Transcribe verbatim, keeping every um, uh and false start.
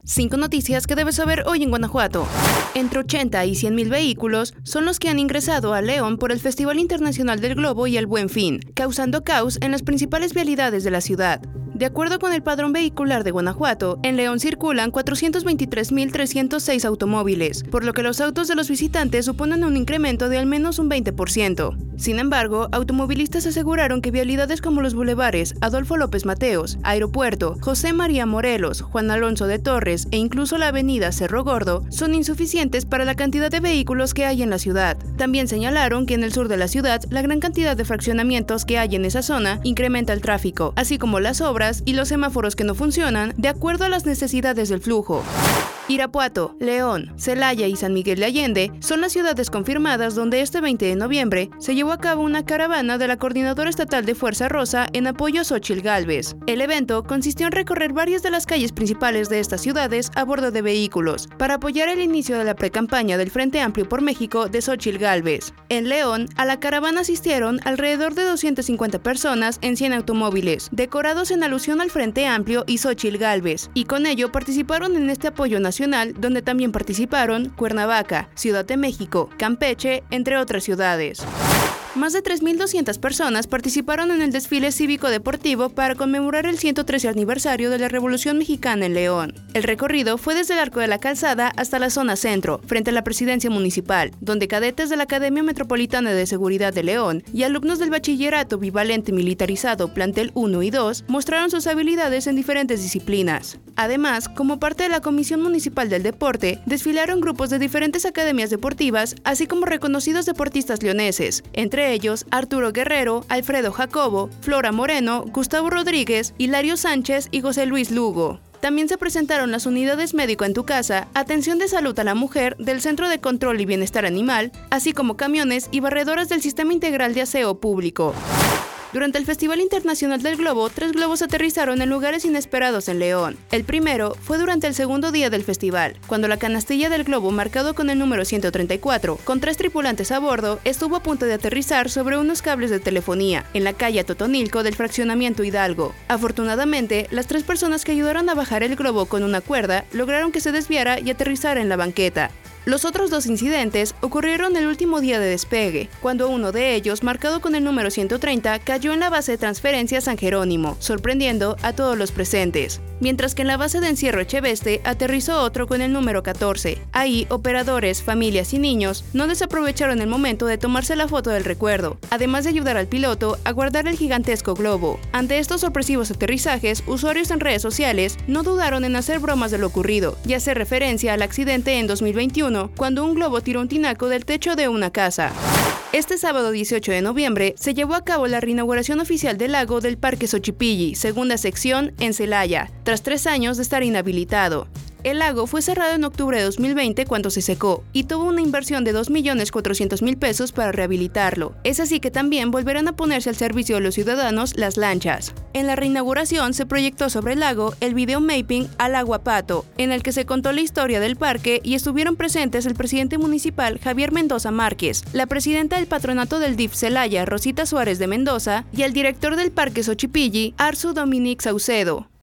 Cinco noticias que debes saber hoy en Guanajuato. Entre ochenta y cien mil vehículos son los que han ingresado a León por el Festival Internacional del Globo y el Buen Fin, causando caos en las principales vialidades de la ciudad. De acuerdo con el Padrón Vehicular de Guanajuato, en León circulan cuatrocientos veintitrés mil trescientos seis automóviles, por lo que los autos de los visitantes suponen un incremento de al menos un veinte por ciento. Sin embargo, automovilistas aseguraron que vialidades como los bulevares Adolfo López Mateos, Aeropuerto, José María Morelos, Juan Alonso de Torres e incluso la avenida Cerro Gordo son insuficientes para la cantidad de vehículos que hay en la ciudad. También señalaron que en el sur de la ciudad, la gran cantidad de fraccionamientos que hay en esa zona incrementa el tráfico, así como las obras y los semáforos que no funcionan de acuerdo a las necesidades del flujo. Irapuato, León, Celaya y San Miguel de Allende son las ciudades confirmadas donde este veinte de noviembre se llevó a cabo una caravana de la Coordinadora Estatal de Fuerza Rosa en apoyo a Xóchitl Gálvez. El evento consistió en recorrer varias de las calles principales de estas ciudades a bordo de vehículos para apoyar el inicio de la precampaña del Frente Amplio por México de Xóchitl Gálvez. En León, a la caravana asistieron alrededor de doscientas cincuenta personas en cien automóviles, decorados en alusión al Frente Amplio y Xóchitl Gálvez, y con ello participaron en este apoyo nacional, donde también participaron Cuernavaca, Ciudad de México, Campeche, entre otras ciudades. Más de tres mil doscientas personas participaron en el desfile cívico-deportivo para conmemorar el ciento trece aniversario de la Revolución Mexicana en León. El recorrido fue desde el Arco de la Calzada hasta la zona centro, frente a la presidencia municipal, donde cadetes de la Academia Metropolitana de Seguridad de León y alumnos del Bachillerato Bivalente Militarizado Plantel uno y dos mostraron sus habilidades en diferentes disciplinas. Además, como parte de la Comisión Municipal del Deporte, desfilaron grupos de diferentes academias deportivas, así como reconocidos deportistas leoneses, entre ellos Arturo Guerrero, Alfredo Jacobo, Flora Moreno, Gustavo Rodríguez, Hilario Sánchez y José Luis Lugo. También se presentaron las unidades Médico en tu Casa, Atención de Salud a la Mujer del Centro de Control y Bienestar Animal, así como camiones y barredoras del Sistema Integral de Aseo Público. Durante el Festival Internacional del Globo, tres globos aterrizaron en lugares inesperados en León. El primero fue durante el segundo día del festival, cuando la canastilla del globo marcado con el número ciento treinta y cuatro, con tres tripulantes a bordo, estuvo a punto de aterrizar sobre unos cables de telefonía, en la calle Totonilco del fraccionamiento Hidalgo. Afortunadamente, las tres personas que ayudaron a bajar el globo con una cuerda lograron que se desviara y aterrizara en la banqueta. Los otros dos incidentes ocurrieron el último día de despegue, cuando uno de ellos, marcado con el número ciento treinta, cayó en la base de transferencia San Jerónimo, sorprendiendo a todos los presentes. Mientras que en la base de encierro Echeveste aterrizó otro con el número catorce. Ahí, operadores, familias y niños no desaprovecharon el momento de tomarse la foto del recuerdo, además de ayudar al piloto a guardar el gigantesco globo. Ante estos sorpresivos aterrizajes, usuarios en redes sociales no dudaron en hacer bromas de lo ocurrido y hacer referencia al accidente en dos mil veintiuno, cuando un globo tiró un tinaco del techo de una casa. Este sábado dieciocho de noviembre se llevó a cabo la reinauguración oficial del lago del Parque Xochipilli, segunda sección, en Celaya, tras tres años de estar inhabilitado. El lago fue cerrado en octubre de dos mil veinte cuando se secó y tuvo una inversión de dos millones cuatrocientos mil pesos para rehabilitarlo. Es así que también volverán a ponerse al servicio de los ciudadanos las lanchas. En la reinauguración se proyectó sobre el lago el video mapping Al Agua Pato, en el que se contó la historia del parque y estuvieron presentes el presidente municipal Javier Mendoza Márquez, la presidenta del patronato del D I F Celaya Rosita Suárez de Mendoza y el director del Parque Xochipilli, Arzu Dominic Saucedo.